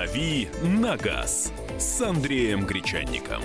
«Дави на газ» с Андреем Гречанником.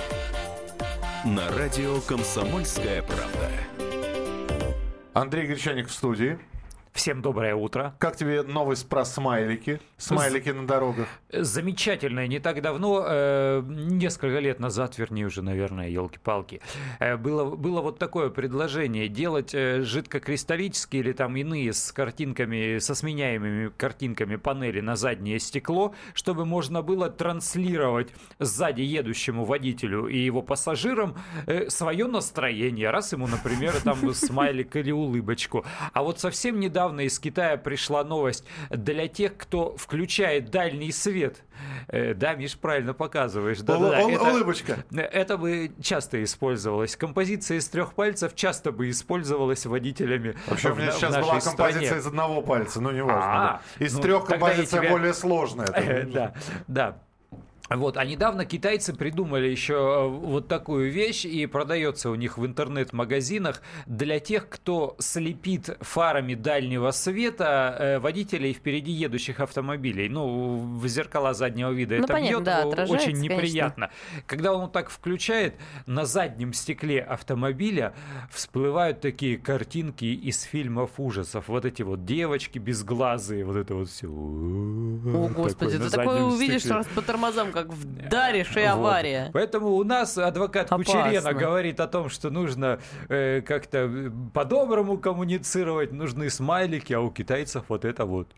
На радио «Комсомольская правда». Андрей Гречанник в студии. Всем доброе утро. Как тебе новость про смайлики? Смайлики на дорогах. Замечательная. Не так давно, несколько лет назад, вернее уже, наверное, елки-палки, было вот такое предложение делать жидкокристаллические или там иные с картинками, со сменяемыми картинками панели на заднее стекло, чтобы можно было транслировать сзади едущему водителю и его пассажирам свое настроение. Раз ему, например, там смайлик или улыбочку. А вот совсем недавно из Китая пришла новость для тех, кто включает дальний свет. Да, Миш, правильно показываешь. Улыбочка. Это бы часто использовалось. Композиция из 3 пальцев часто бы использовалась водителями. Вообще, у меня сейчас была композиция из 1 пальца, но не важно. Из 3 композиция более сложная. Да. Вот, а недавно китайцы придумали еще вот такую вещь, и продается у них в интернет-магазинах для тех, кто слепит фарами дальнего света водителей впереди едущих автомобилей. Ну, в зеркала заднего вида это понятно, бьет, да, очень неприятно. Конечно. Когда он так включает, на заднем стекле автомобиля всплывают такие картинки из фильмов ужасов. Вот эти вот девочки безглазые, вот это вот все. О, Господи, ты такое увидишь сразу по тормозам, как вдаришь, и авария. Вот. Поэтому у нас адвокат Кучерена говорит о том, что нужно как-то по-доброму коммуницировать, нужны смайлики, а у китайцев вот это вот.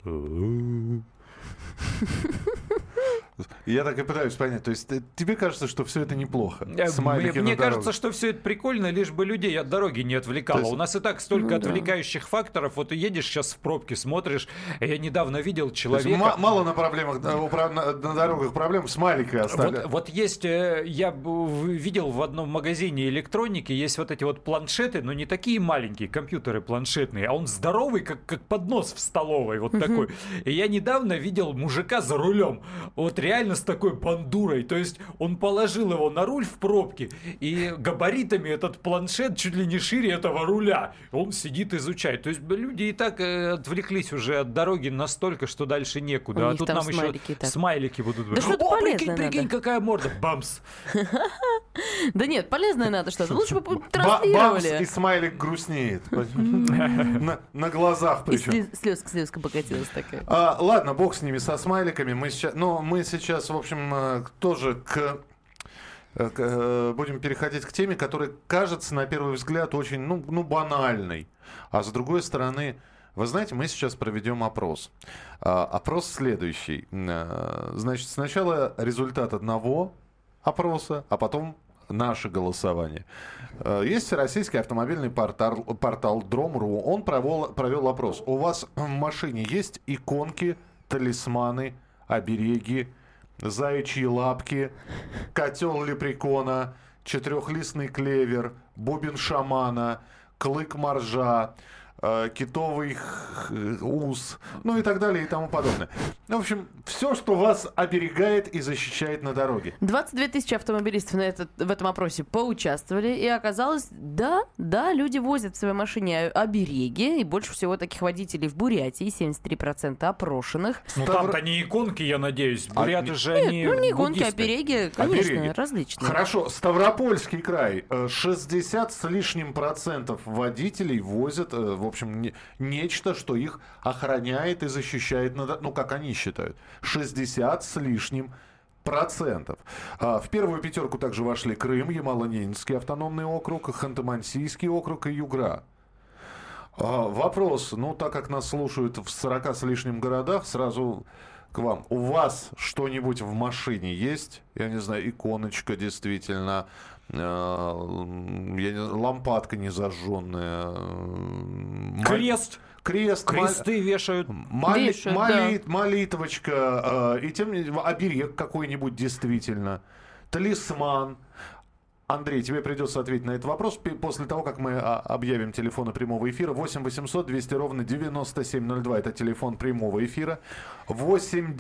Я так и пытаюсь понять. То есть тебе кажется, что все это неплохо? Мне кажется, что все это прикольно, лишь бы людей от дороги не отвлекало. Есть... У нас и так столько отвлекающих факторов. Вот ты едешь сейчас в пробке, смотришь. Я недавно видел человека... Мало на проблемах, на дорогах проблем, смайлики оставили. Вот есть... Я видел в одном магазине электроники, есть вот эти вот планшеты, но не такие маленькие, компьютеры планшетные, а он здоровый, как поднос в столовой, вот такой. И я недавно видел мужика за рулем. Вот реально с такой бандурой. То есть он положил его на руль в пробке, и габаритами этот планшет чуть ли не шире этого руля. Он сидит, изучает. То есть люди и так отвлеклись уже от дороги настолько, что дальше некуда. А тут нам еще смайлики будут. Да что-то полезное прикинь, какая морда. Бамс. Да нет, полезное надо что-то. Лучше бы транслировали. Бамс, и смайлик грустнеет. На глазах причем. Слезка покатилась такая. Ладно, бог с ними, со смайликами. Мы сейчас, в общем, тоже будем переходить к теме, которая кажется, на первый взгляд, очень, банальной. А с другой стороны, вы знаете, мы сейчас проведем опрос. Опрос следующий. Значит, сначала результат одного опроса, а потом наше голосование. Есть российский автомобильный портал Drom.ru. Он провел опрос. У вас в машине есть иконки, талисманы, обереги, заячьи лапки, котел лепрекона, четырехлистный клевер, бубен шамана, клык моржа, китовый ус, и так далее и тому подобное. В общем, все, что вас оберегает и защищает на дороге. 22 тысячи автомобилистов в этом опросе поучаствовали, и оказалось, да, люди возят в своей машине обереги, и больше всего таких водителей в Бурятии, 73% опрошенных. Там-то не иконки, я надеюсь. Буряты же они не иконки, буддисты. обереги, конечно, различные. Хорошо, Ставропольский край. 60 с лишним процентов водителей возят, в общем, нечто, что их охраняет и защищает, как они считают. 60 с лишним процентов. В первую пятерку также вошли Крым, Ямало-Ненецкий автономный округ, Ханты-Мансийский округ и Югра. Вопрос, так как нас слушают в 40 с лишним городах, сразу к вам. У вас что-нибудь в машине есть? Я не знаю, иконочка действительно, лампадка незажженная. Крест. Кресты вешают. Молитвочка. И тем не менее, оберег какой-нибудь действительно. Талисман. Андрей, тебе придется ответить на этот вопрос после того, как мы объявим телефоны прямого эфира. 8 800 200 ровно 9702. Это телефон прямого эфира. 8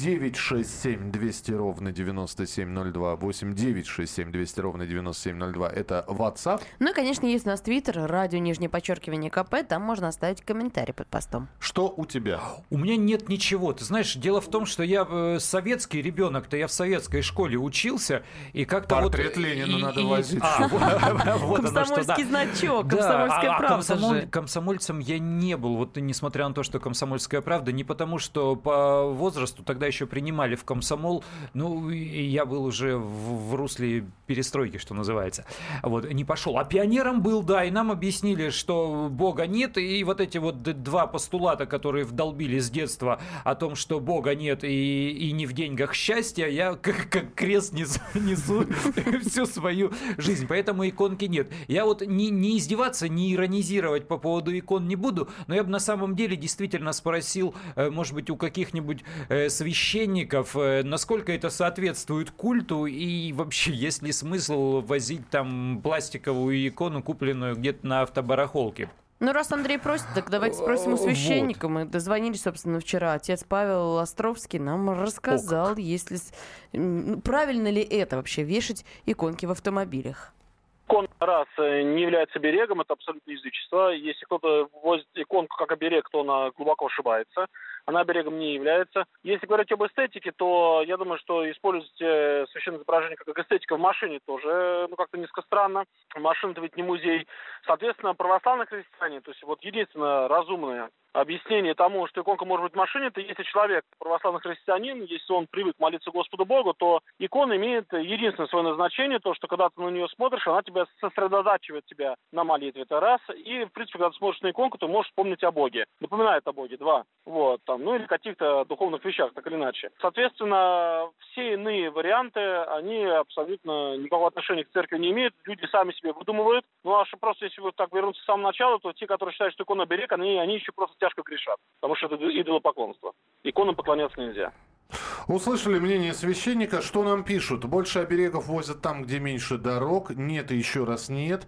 967 200 ровно 9702. 8 967 200 ровно 9702. Это WhatsApp. Ну и, конечно, есть у нас Твиттер, радио, _КП. Там можно оставить комментарий под постом. Что у тебя? У меня нет ничего. Ты знаешь, дело в том, что я советский ребенок-то, я в советской школе учился, и как-то портрет Ленина надо возить. Комсомольский значок, комсомольская правда же. Комсомольцем я не был, вот несмотря на то, что комсомольская правда, не потому, что по возрасту тогда еще принимали в комсомол, ну, я был уже в русле перестройки, что называется. Вот, не пошел. А пионером был, да, и нам объяснили, что Бога нет, и вот эти вот два постулата, которые вдолбили с детства о том, что Бога нет и не в деньгах счастья, я как крест несу всю свою жизнь. Поэтому иконки нет. Я вот не издеваться, не иронизировать по поводу икон не буду, но я бы на самом деле действительно спросил, может быть, у каких-нибудь священников, насколько это соответствует культу, и вообще есть ли смысл возить там пластиковую икону, купленную где-то на автобарахолке. Ну, раз Андрей просит, так давайте спросим у священника. Мы дозвонились, собственно, вчера. Отец Павел Островский нам рассказал, если правильно ли это вообще вешать иконки в автомобилях. Икона, раз, не является оберегом, это абсолютно язычество. Если кто-то возит иконку как оберег, то она глубоко ошибается. Она оберегом не является. Если говорить об эстетике, то я думаю, что использовать священное изображение как эстетика в машине тоже как-то несколько странно. Машина-то ведь не музей. Соответственно, православные христиане, то есть вот единственное разумное объяснение тому, что иконка может быть в машине, это если человек православный христианин, если он привык молиться Господу Богу, то икона имеет единственное свое назначение, то, что когда ты на нее смотришь, она тебя сосредотачивает тебя на молитве, это раз. И, в принципе, когда ты смотришь на иконку, ты можешь вспомнить о Боге. Напоминает о Боге, два. Вот, там, ну или каких-то духовных вещах, так или иначе. Соответственно, все иные варианты, они абсолютно никакого отношения к церкви не имеют. Люди сами себе выдумывают. Ну, а что просто, если вот так вернуться с самого начала, то те, которые считают, что икона оберег, они еще просто тяжко грешат. Потому что это идолопоклонство. Иконам поклоняться нельзя. Услышали мнение священника. Что нам пишут? Больше оберегов возят там, где меньше дорог. Нет и еще раз нет.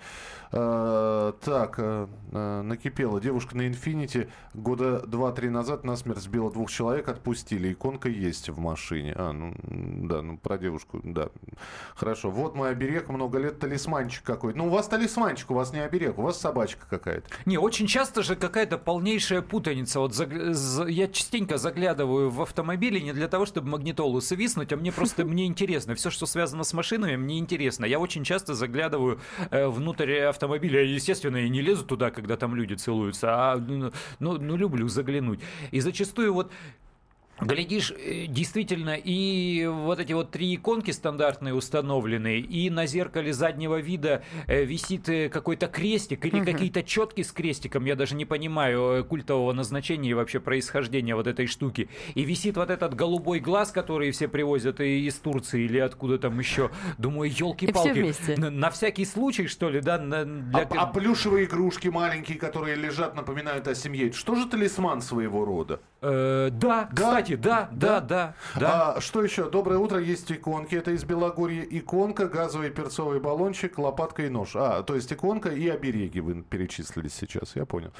Накипела. Девушка на «Инфинити» года 2-3 назад насмерть сбила 2 человек. Отпустили. Иконка есть в машине. Про девушку, да. Хорошо. Вот мой оберег. Много лет талисманчик какой-то. Ну, у вас талисманчик, у вас не оберег. У вас собачка какая-то. Не, очень часто же какая-то полнейшая путаница. Вот я частенько заглядываю в автомобили не для того, чтобы магнитолу свистнуть, а мне интересно. Все, что связано с машинами, мне интересно. Я очень часто заглядываю внутрь автомобиля. Естественно, я не лезу туда, когда там люди целуются, а люблю заглянуть. И зачастую вот глядишь, действительно, и вот эти вот 3 иконки стандартные установленные, и на зеркале заднего вида висит какой-то крестик или какие-то четки с крестиком, я даже не понимаю культового назначения и вообще происхождения вот этой штуки. И висит вот этот голубой глаз, который все привозят из Турции или откуда там еще. Думаю, елки-палки. На всякий случай, что ли, да? А плюшевые игрушки маленькие, которые лежат, напоминают о семье. Что же талисман своего рода? Да, кстати, да. Что еще? Доброе утро, есть иконки. Это из Белогорья иконка, газовый перцовый баллончик, лопатка и нож. То есть иконка и обереги вы перечислили сейчас, я понял.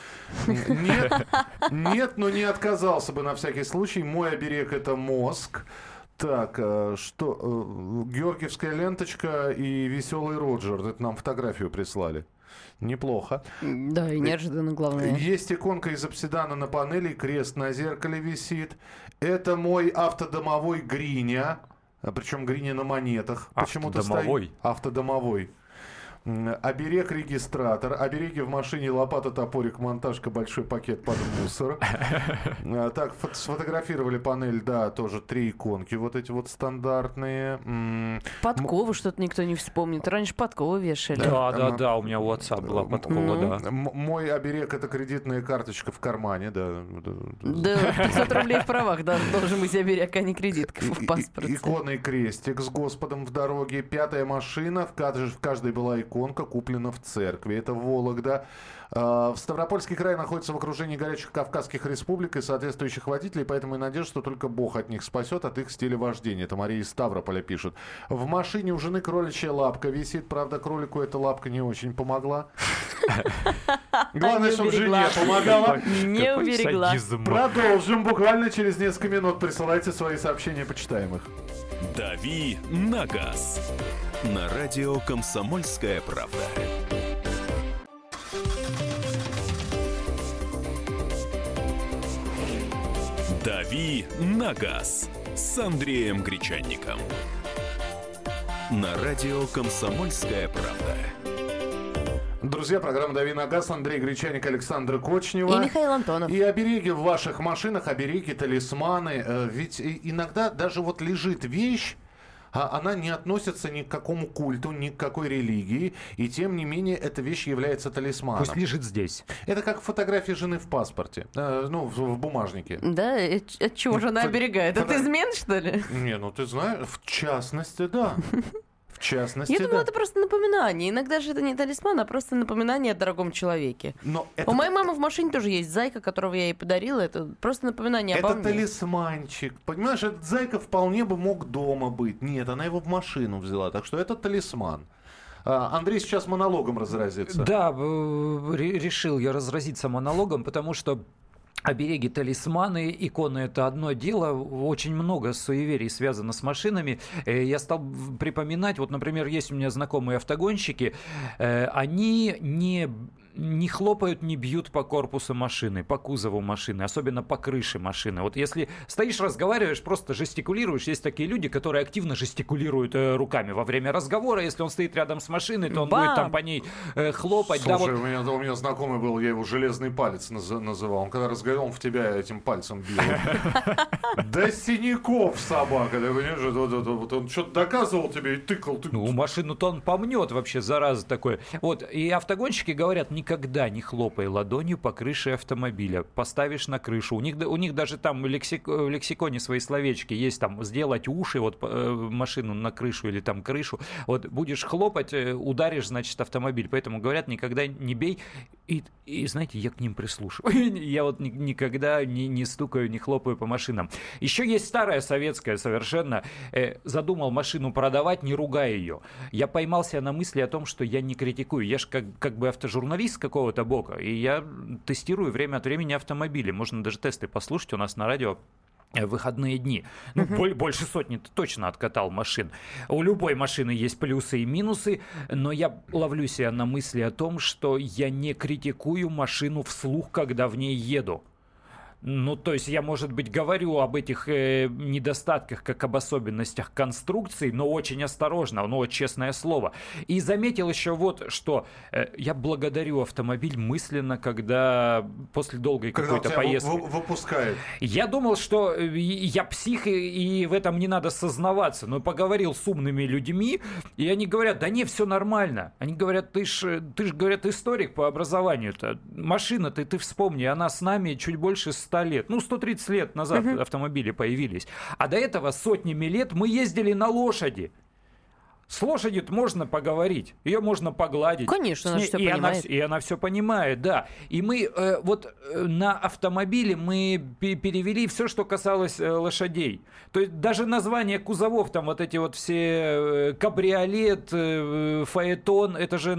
Нет, но не отказался бы на всякий случай. Мой оберег — это мозг. Так, что? Георгиевская ленточка и веселый Роджер. Это нам фотографию прислали. Неплохо. Да, и неожиданно, главное. Есть иконка из обсидана на панели, крест на зеркале висит. Это мой автодомовой Гриня. Причем Гриня на монетах. Почему-то стоит. Автодомовой. Оберег-регистратор. Обереги в машине: лопата, топорик, монтажка, большой пакет под мусор. Так, сфотографировали панель, да, тоже 3 иконки, вот эти вот стандартные. Подкову что-то никто не вспомнит.Раньше подкову вешали. Да, у меня в WhatsApp была подкова, да. Мой оберег — это кредитная карточка в кармане, да. Да, 500 рублей в правах, да, должен быть оберег, а не кредитка в паспорте. Икона и крестик с Господом в дороге. 5-я машина, в каждой была икона иконка куплена в церкви. Это Вологда. В Ставропольский край находится в окружении горячих Кавказских республик и соответствующих водителей, поэтому и надежда, что только Бог от них спасет, от их стиля вождения. Это Мария из Ставрополя пишет. В машине у жены кроличья лапка висит. Правда, кролику эта лапка не очень помогла. Главное, чтобы жене помогала. Не уберегла. Продолжим буквально через несколько минут. Присылайте свои сообщения, почитаем их. «Дави на газ» на радио «Комсомольская правда». «Дави на газ» с Андреем Гречанником. На радио «Комсомольская правда». Друзья, программа «Дави на газ». Андрей Гречаник, Александра Кочнева. И Михаил Антонов. И обереги в ваших машинах, обереги, талисманы. Ведь иногда даже вот лежит вещь, а она не относится ни к какому культу, ни к какой религии, и тем не менее эта вещь является талисманом. Пусть лежит здесь. Это как фотография жены в паспорте, в бумажнике. Да, от чего же она оберегает? От измен, что ли? Не, ну ты знаешь, в частности, да. В частности, Я думала, да. это просто напоминание. Иногда же это не талисман, а просто напоминание о дорогом человеке. Но У моей мамы в машине тоже есть зайка, которого я ей подарила. Это просто напоминание обо это мне. талисманчик. Понимаешь, этот зайка вполне бы мог дома быть. Нет, она его в машину взяла. Так что это талисман. Андрей сейчас монологом разразится. Да, решил я разразиться монологом, потому что обереги, талисманы, иконы – это одно дело. Очень много суеверий связано с машинами. Я стал припоминать, вот, например, есть у меня знакомые автогонщики, они не хлопают, не бьют по корпусу машины, по кузову машины, особенно по крыше машины. Вот если стоишь, разговариваешь, просто жестикулируешь, есть такие люди, которые активно жестикулируют руками во время разговора. Если он стоит рядом с машиной, то он будет там по ней хлопать. Слушай, да, вот... у меня знакомый был, я его железный палец называл. Он когда разговаривал, он в тебя этим пальцем бил. Да синяков собака, ты понимаешь? Вот он что-то доказывал тебе и тыкал. Ну, машину-то он помнет вообще, зараза такое. Вот, и автогонщики говорят, никогда не хлопай ладонью по крыше автомобиля. Поставишь на крышу. У них даже там в лексиконе свои словечки есть, там, сделать уши, вот, машину на крышу или там крышу. Вот, будешь хлопать, ударишь, значит, автомобиль. Поэтому говорят, никогда не бей. И знаете, я к ним прислушиваюсь. Я вот никогда не стукаю, не хлопаю по машинам. Еще есть старая советская совершенно. Задумал машину продавать, не ругая ее. Я поймался на мысли о том, что я не критикую. Я же как бы автожурналист какого-то бока. И я тестирую время от времени автомобили. Можно даже тесты послушать у нас на радио. В выходные дни. Ну, больше сотни ты точно откатал машин. У любой машины есть плюсы и минусы, но я ловлю себя на мысли о том, что я не критикую машину вслух, когда в ней еду. Ну, то есть я, может быть, говорю об этих недостатках, как об особенностях конструкции, но очень осторожно, ну, вот честное слово. И заметил еще вот, что я благодарю автомобиль мысленно, когда после долгой какой-то поездки... выпускает. Я думал, что я псих, и в этом не надо сознаваться, но поговорил с умными людьми, и они говорят, да не, все нормально. Они говорят, ты ж говорят, историк по образованию-то. Машина-то, ты вспомни, она с нами чуть больше 100 лет. Ну, 130 лет назад автомобили появились. А до этого сотнями лет мы ездили на лошади. С лошадью можно поговорить, ее можно погладить. Конечно, она все понимает. И она все понимает, да. И мы вот на автомобиле мы перевели все, что касалось лошадей. То есть даже название кузовов, там вот эти вот все кабриолет, фаэтон, это же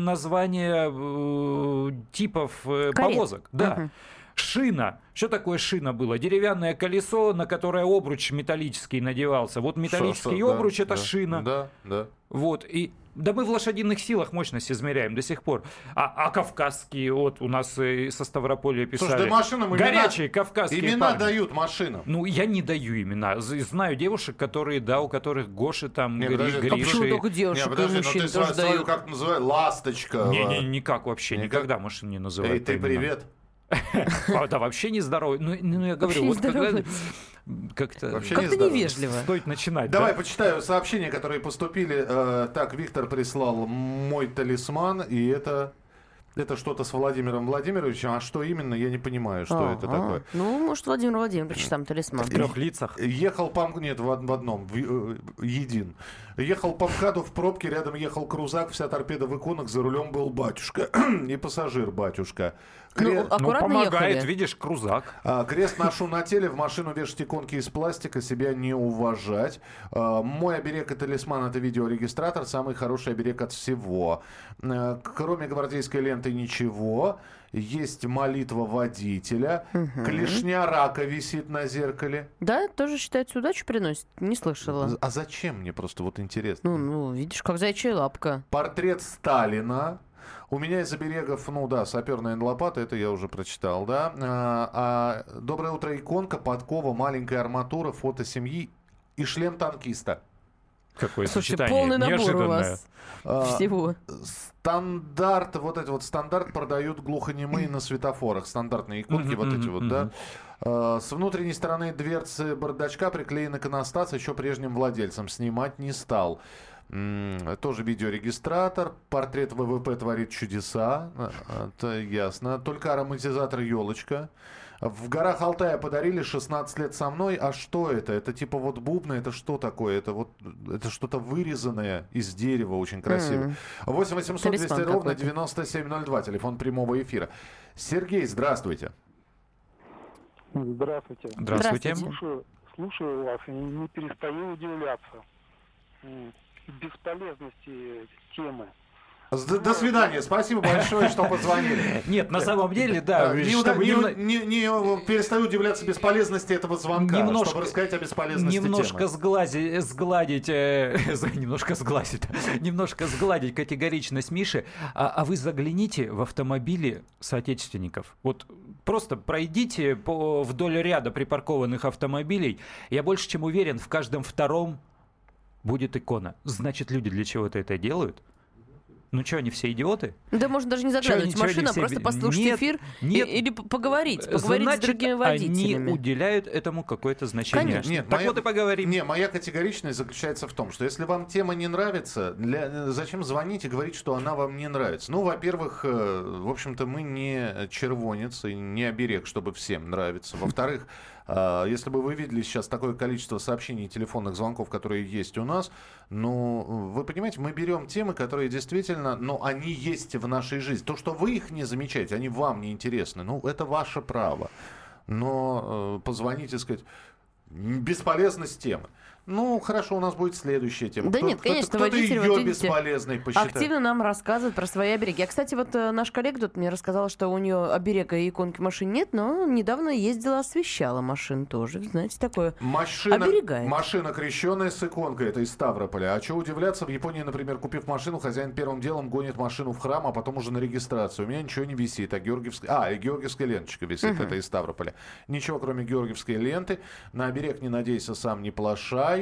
название типов повозок. Да. Шина. Что такое шина было? Деревянное колесо, на которое обруч металлический надевался. Вот металлический обруч это шина. Да. Вот. И да мы в лошадиных силах мощность измеряем до сих пор. А кавказские, вот у нас со Ставрополья писали. Слушай, да машинам горячие кавказские имена парни. дают машинам. Ну, я не даю имена. Знаю девушек, которые, да, у которых Гоши там, Гриши. Почему только девушек и мужчин ты тоже свою дают? как называют? Ласточка. Никак вообще. Никогда машин не называют. Эй, ты привет. Да, вообще не здоровый. Ну, я говорю, вот когда как-то невежливо. Стоит начинать. Давай почитаю сообщения, которые поступили. Так, Виктор прислал мой талисман, и это что-то с Владимиром Владимировичем. А что именно, я не понимаю, что это такое. Ну, может, Владимир Владимирович там талисман. В 3 лицах. Ехал нет, в одном, един. Ехал по МКАДу в пробке, рядом ехал крузак, вся торпеда в иконах, за рулем был батюшка и пассажир батюшка. Аккуратно помогает, ехали. видишь, крузак. Крест ношу на теле, в машину вешать иконки из пластика, себя не уважать. Мой оберег и талисман — это видеорегистратор, самый хороший оберег от всего. Кроме гвардейской ленты ничего. Есть молитва водителя. Клешня рака висит на зеркале. Да, тоже считается, удачу приносит? Не слышала. А зачем, мне просто вот интересно. Ну, видишь, как зайчья лапка. Портрет Сталина. У меня из оберегов, саперная лопата, это я уже прочитал, да. Доброе утро, иконка, подкова, маленькая арматура, фото семьи и шлем танкиста. Какое Слушайте, сочетание полный набор у неожиданное. вас всего. Стандарт, стандарт продают глухонемые на светофорах. Стандартные иконки, да. С внутренней стороны дверцы бардачка приклеен иконостас еще прежним владельцем. Снимать не стал. Тоже видеорегистратор. Портрет ВВП творит чудеса. Это ясно. Только ароматизатор елочка. В горах Алтая подарили 16 лет со мной. А что это? Это типа вот бубны? Это что такое? Это что-то вырезанное из дерева, очень красиво. 8 800 200 ровно 9702. Телефон прямого эфира. Сергей, здравствуйте. Здравствуйте. Здравствуйте. Слушаю вас и не перестаю удивляться бесполезности темы. До свидания. Спасибо большое, что позвонили. Нет, на самом деле, да. Не перестаю удивляться бесполезности этого звонка, чтобы рассказать о бесполезности немножко темы. Немножко сгладить категоричность Миши. А вы загляните в автомобили соотечественников. Вот просто пройдите вдоль ряда припаркованных автомобилей. Я больше чем уверен, в каждом втором будет икона. Значит, люди для чего-то это делают. Ну что, они все идиоты? Да можно даже не заглядывать в машину, а просто послушать эфир или поговорить с другими водителями. Они уделяют этому какое-то значение. Конечно. Нет, вот и поговорим. Моя категоричность заключается в том, что если вам тема не нравится, зачем звонить и говорить, что она вам не нравится? Ну, во-первых, в общем-то, мы не червонец и не оберег, чтобы всем нравиться. Во-вторых, если бы вы видели сейчас такое количество сообщений и телефонных звонков, которые есть у нас, вы понимаете, мы берем темы, которые действительно, они есть в нашей жизни. То, что вы их не замечаете, они вам не интересны, это ваше право. Но позвонить и сказать, бесполезность темы. Хорошо, у нас будет следующая тема. Да нет, конечно, водители ее бесполезной посчитает. Активно нам рассказывают про свои обереги. Кстати, наш коллега тут мне рассказал, что у нее оберега и иконки машин нет, но недавно ездила, освещала машин тоже. Знаете, такое оберегает. Машина крещенная с иконкой, это из Ставрополя. А что удивляться, в Японии, например, купив машину, хозяин первым делом гонит машину в храм, а потом уже на регистрацию. У меня ничего не висит, и георгиевская ленточка висит, это из Ставрополя. Ничего, кроме георгиевской ленты. На оберег не надейся, сам не плашай.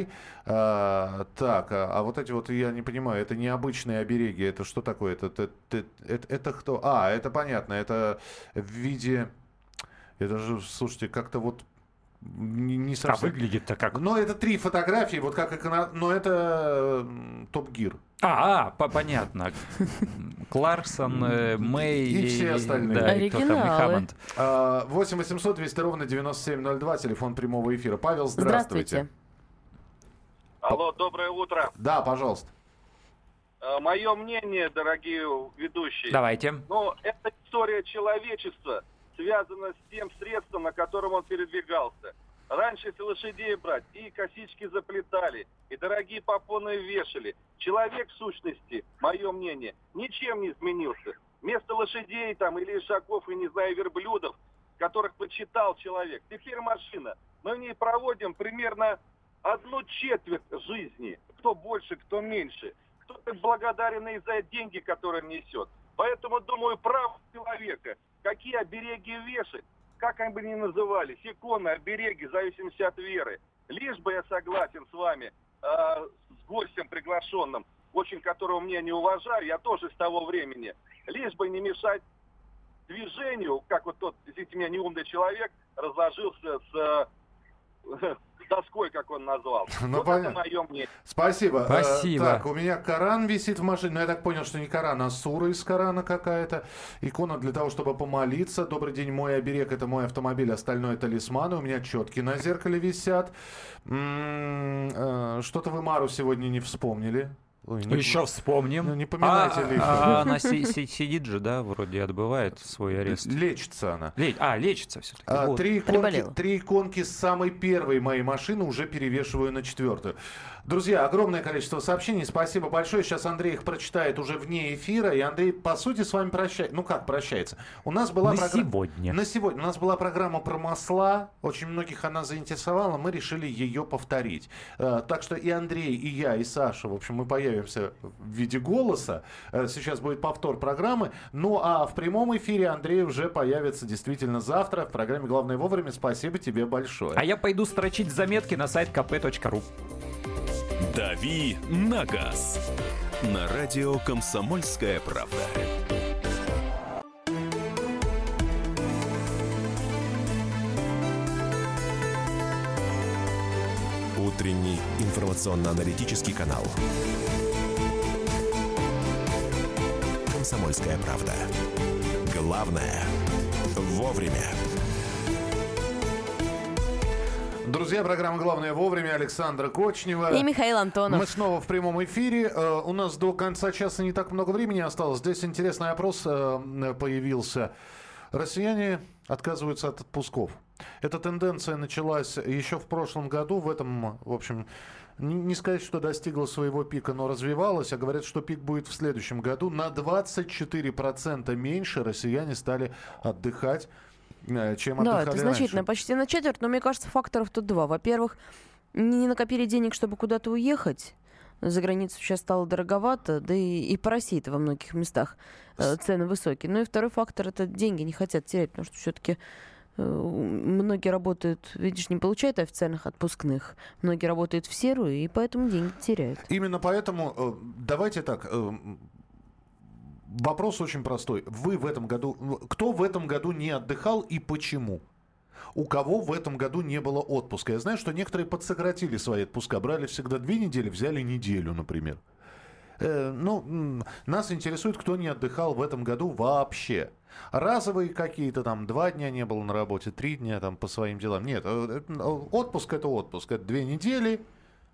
Вот эти я не понимаю, это необычные обереги, это что такое? Это кто? Это понятно, это в виде, это же, слушайте, как-то не совсем. А выглядит-то как? Это 3 фотографии, но это Топ Гир. Понятно. Кларксон, Мэй и все остальные. Да, оригиналы. 8 800 200 ровно 9702, телефон прямого эфира. Павел, здравствуйте. Алло, доброе утро. Да, пожалуйста. Мое мнение, дорогие ведущие. Давайте. Это история человечества связана с тем средством, на котором он передвигался. Раньше, если лошадей брать, и косички заплетали, и дорогие попоны вешали. Человек, в сущности, мое мнение, ничем не изменился. Вместо лошадей или ишаков, и, верблюдов, которых почитал человек, теперь машина. Мы в ней проводим примерно 1/4 жизни. Кто больше, кто меньше. Кто-то благодарен и за деньги, которые несет. Поэтому, думаю, право человека. Какие обереги вешать, как они бы ни назывались, иконы, обереги, в зависимости от веры. Лишь бы я согласен с вами, с гостем приглашенным, очень которого мне не уважаю, я тоже с того времени. Лишь бы не мешать движению, как тот, извините меня, неумный человек разложился с доской, как он назвал. Ну, Вот понятно. это мое мнение. Спасибо. Спасибо. Так, у меня Коран висит в машине. Но я так понял, что не Коран, а сура из Корана какая-то. Икона для того, чтобы помолиться. Добрый день, мой оберег — это мой автомобиль, остальное — талисманы. У меня четки на зеркале висят. Что-то вы Мару сегодня не вспомнили. Ой, Еще вспомним. Ну, не поминайте лихо. Она сидит же, да, вроде отбывает свой арест. Лечится она. Лечится все-таки. Три иконки с самой первой моей машины уже перевешиваю на 4-ю. Друзья, огромное количество сообщений. Спасибо большое. Сейчас Андрей их прочитает уже вне эфира. И Андрей, по сути, с вами прощается. Ну как прощается? У нас была сегодня. На сегодня. У нас была программа про масла. Очень многих она заинтересовала. Мы решили ее повторить. Так что и Андрей, и я, и Саша, в общем, мы появимся в виде голоса. Сейчас будет повтор программы. Ну а в прямом эфире Андрей уже появится действительно завтра в программе «Главное вовремя». Спасибо тебе большое. А я пойду строчить заметки на сайт kp.ru. «Дави на газ» на радио «Комсомольская правда». Утренний информационно-аналитический канал. «Комсомольская правда». Главное – вовремя. Друзья, программа «Главное вовремя». Александра Кочнева. И Михаил Антонов. Мы снова в прямом эфире. У нас до конца часа не так много времени осталось. Здесь интересный опрос появился. Россияне отказываются от отпусков. Эта тенденция началась еще в прошлом году. В этом, в общем, не сказать, что достигла своего пика, но развивалась. А говорят, что пик будет в следующем году. На 24% меньше россияне стали отдыхать, чем отдыхали Да, это значительно, раньше. почти на четверть, но мне кажется, факторов тут два. Во-первых, не накопили денег, чтобы куда-то уехать. За границу сейчас стало дороговато, да и по России-то во многих местах цены высокие. Ну и второй фактор — это деньги не хотят терять, потому что все-таки многие работают, видишь, не получают официальных отпускных. Многие работают в серую, и поэтому деньги теряют. Именно поэтому, давайте так, вопрос очень простой. Вы в этом году, кто в этом году не отдыхал и почему? У кого в этом году не было отпуска? Я знаю, что некоторые подсократили свои отпуска. Брали всегда 2 недели, взяли неделю, например. Нас интересует, кто не отдыхал в этом году вообще. Разовые какие-то там 2 дня не было на работе, 3 дня там по своим делам. Нет, отпуск — это отпуск. Это 2 недели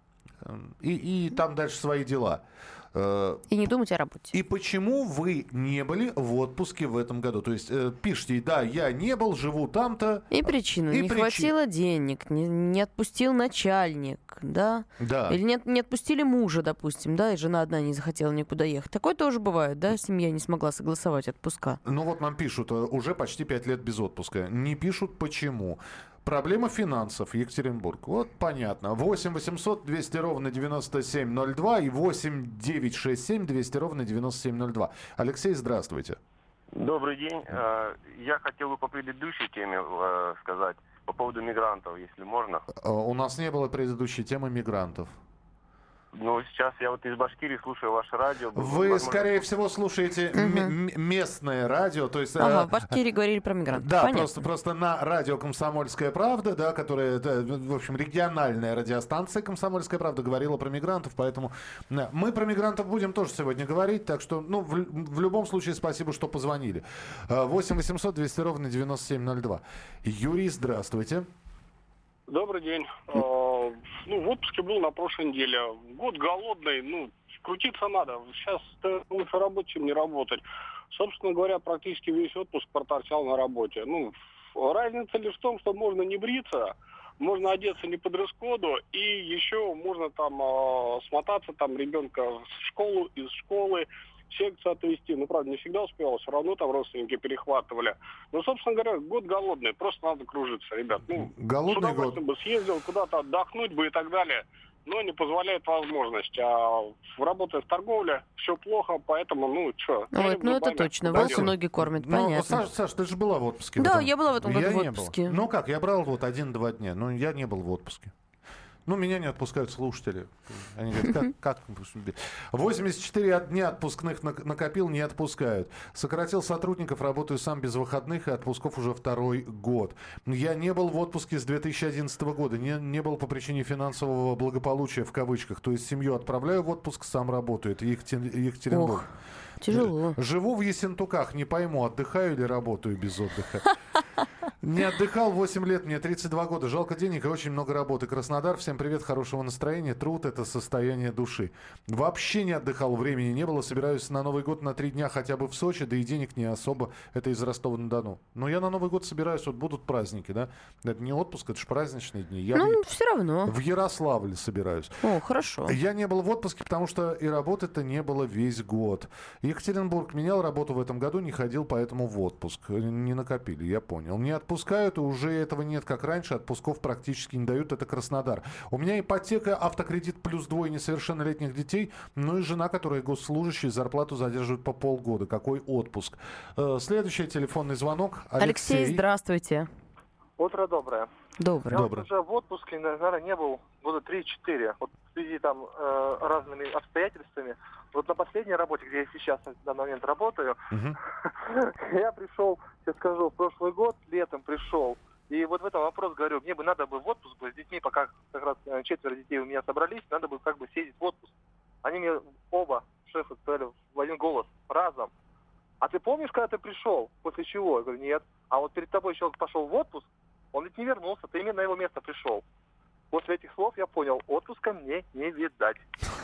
и там дальше свои дела. И не думать о работе. И почему вы не были в отпуске в этом году? То есть пишите, да, я не был, живу там-то. И причину. Не хватило денег, не отпустил начальник, да? Да. Или не отпустили мужа, допустим, да, и жена одна не захотела никуда ехать. Такое тоже бывает, да? Семья не смогла согласовать отпуска. Ну вот нам пишут, уже почти 5 лет без отпуска. Не пишут, почему. Проблема финансов, Екатеринбург. Вот понятно. 8 800 200 ровно 9702 и 8 967 200 ровно 9702. Алексей, здравствуйте. Добрый день. Я хотел бы по предыдущей теме сказать по поводу мигрантов, если можно. У нас не было предыдущей темы мигрантов. Ну, сейчас я вот из Башкирии слушаю ваше радио. Вы, скорее всего, слушаете местное радио. То есть, в Башкирии говорили про мигрантов. Да, просто на радио «Комсомольская правда», да, которая, в общем, региональная радиостанция «Комсомольская правда» говорила про мигрантов, поэтому мы про мигрантов будем тоже сегодня говорить, так что, в любом случае, спасибо, что позвонили. 8 800 200 ровно 9702. Юрий, здравствуйте. Добрый день. В отпуске был на прошлой неделе. Год голодный, крутиться надо. Сейчас лучше рабочим не работать. Собственно говоря, практически весь отпуск проторчал на работе. Разница лишь в том, что можно не бриться, можно одеться не по дресс-коду, и еще можно там смотаться ребенка в школу, из школы, секцию отвезти. Правда, не всегда успевал, все равно там родственники перехватывали. Собственно говоря, год голодный, просто надо кружиться, ребят. Голодный с удовольствием бы съездил, куда-то отдохнуть бы и так далее, но не позволяет возможность. А работая в торговле, все плохо, поэтому, это точно, вас ноги кормят, понятно. Саш, ты же была в отпуске? Да, я была в этом году в отпуске. Я брал 1-2 дня, но я не был в отпуске. Ну, меня не отпускают слушатели. Они говорят, как? 84 дня отпускных накопил, не отпускают. Сократил сотрудников, работаю сам без выходных и отпусков уже второй год. Я не был в отпуске с 2011 года. Не был по причине финансового благополучия, в кавычках. То есть семью отправляю в отпуск, сам работаю. Это Екатеринбург. Ох, тяжело. Живу в Ессентуках, не пойму, отдыхаю или работаю без отдыха. Не отдыхал 8 лет, мне 32 года. Жалко денег и очень много работы. Краснодар, всем привет, хорошего настроения. Труд – это состояние души. Вообще не отдыхал, времени не было. Собираюсь на Новый год на 3 дня хотя бы в Сочи, да и денег не особо. Это из Ростова-на-Дону. Но я на Новый год собираюсь, вот будут праздники, да? Это не отпуск, это же праздничные дни. Я все равно. В Ярославле собираюсь. О, хорошо. Я не был в отпуске, потому что и работы-то не было весь год. Екатеринбург менял работу в этом году, не ходил, поэтому в отпуск. Не накопили, я понял. Не отпускают, и уже этого нет, как раньше. Отпусков практически не дают. Это Краснодар. У меня ипотека, автокредит плюс 2 несовершеннолетних детей. Ну и жена, которая госслужащая, зарплату задерживает по полгода. Какой отпуск? Следующий телефонный звонок. Алексей, здравствуйте. Утро доброе. Доброе. Я уже в отпуске, наверное, не был года 3-4. Вот в связи там разными обстоятельствами. Вот на последней работе, где я сейчас на данный момент работаю, я пришел, я скажу, в прошлый год, летом пришел. И вот в этом вопрос говорю, мне бы надо бы в отпуск с детьми, пока как раз 4 детей у меня собрались, надо бы как бы съездить в отпуск. Они мне оба, шефы, сказали в один голос, разом. А ты помнишь, когда ты пришел? После чего? Я говорю, нет. А вот перед тобой человек пошел в отпуск, он ведь не вернулся, ты именно на его место пришел. После этих слов я понял, отпуска мне не видать.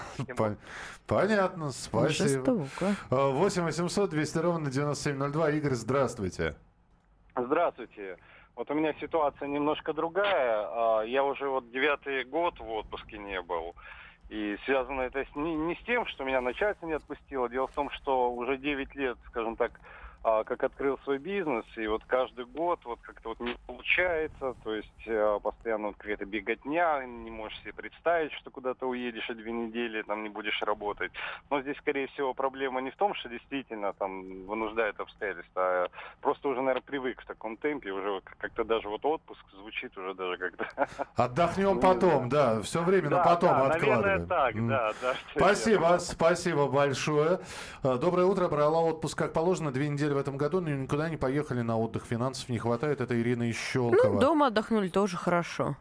Понятно, спасибо. 8 800 200 ровно 9702. Игорь, здравствуйте. Здравствуйте. Вот у меня ситуация немножко другая. Я уже вот 9-й год в отпуске не был. И связано это не с тем, что меня начальство не отпустило. Дело в том, что уже 9 лет, скажем так, как открыл свой бизнес, и вот каждый год вот как-то вот не получается, то есть постоянно вот какая-то беготня, не можешь себе представить, что куда-то уедешь и 2 недели там не будешь работать. Но здесь, скорее всего, проблема не в том, что действительно там вынуждает обстоятельства, а просто уже, наверное, привык в таком темпе, уже как-то даже вот отпуск звучит уже даже как-то... Отдохнем потом, да, все время на потом откладываем. Наверное, так, да. Спасибо большое. Доброе утро, брала отпуск как положено, 2 недели в этом году, но никуда не поехали на отдых, финансов не хватает. Это Ирина из Щелкова. Ну, дома отдохнули тоже хорошо.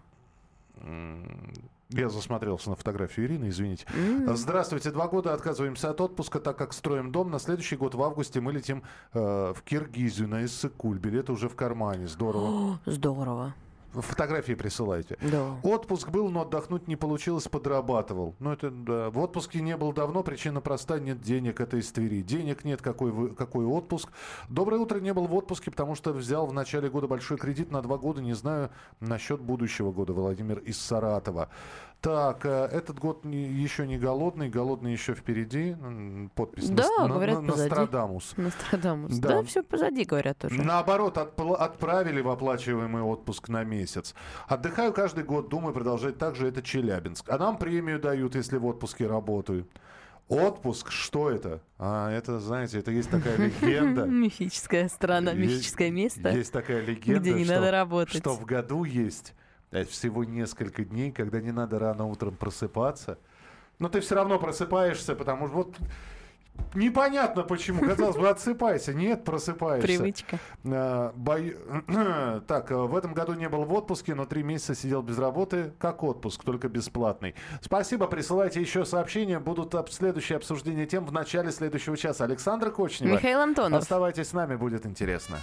Я засмотрелся на фотографию Ирины, извините. Здравствуйте. 2 года отказываемся от отпуска, так как строим дом. На следующий год в августе мы летим в Киргизию на Иссык-Куль. Билеты уже в кармане. Здорово. Здорово. Фотографии присылайте. Да. Отпуск был, но отдохнуть не получилось, подрабатывал. Ну, это да. В отпуске не был давно, причина проста, нет денег, это из Твери. Денег нет, какой отпуск. Доброе утро, не был в отпуске, потому что взял в начале года большой кредит на 2 года, не знаю насчет будущего года. Владимир из Саратова. Так, этот год еще не голодный, голодный еще впереди. Подпись говорят, Нострадамус. Нострадамус. Да, все позади, говорят уже. Наоборот, отправили в оплачиваемый отпуск на месяц. Отдыхаю каждый год, думаю, продолжать так же, это Челябинск. А нам премию дают, если в отпуске работаю. Отпуск, что это? Это, знаете, это есть такая легенда. Мифическая страна, мифическое место. Есть такая легенда, где не надо работать. Что в году есть всего несколько дней, когда не надо рано утром просыпаться. Но ты все равно просыпаешься, потому что вот непонятно почему. Казалось бы, отсыпайся. Нет, просыпаешься. Привычка. Так, в этом году не был в отпуске, но 3 месяца сидел без работы. Как отпуск, только бесплатный. Спасибо, присылайте еще сообщения. Будут следующие обсуждения тем в начале следующего часа. Александра Кочнева. Михаил Антонов. Оставайтесь с нами, будет интересно.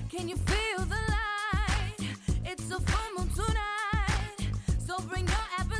It's a full moon tonight, so bring your appetite.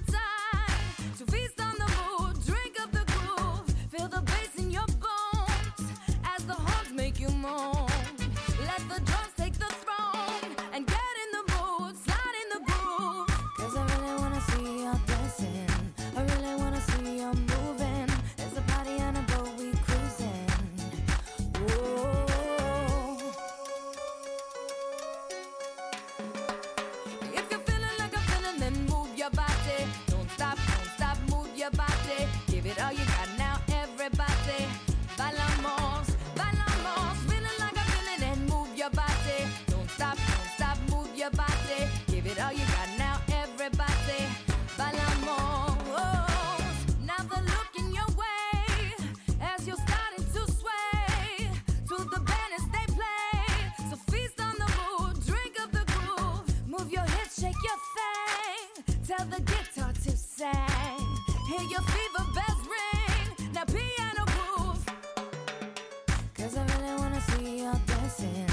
it all you got now, everybody. Bailamos, bailamos, feeling like I'm feeling and move your body. Don't stop, move your body. Give it all you got now, everybody. Bailamos. Now the look in your way as you're starting to sway to the banners they play. So feast on the mood, drink up the groove, move your hips, shake your thing. Tell the guitar to sing. Hear your fever bells ring. Now piano groove. 'Cause I really wanna see you dancing.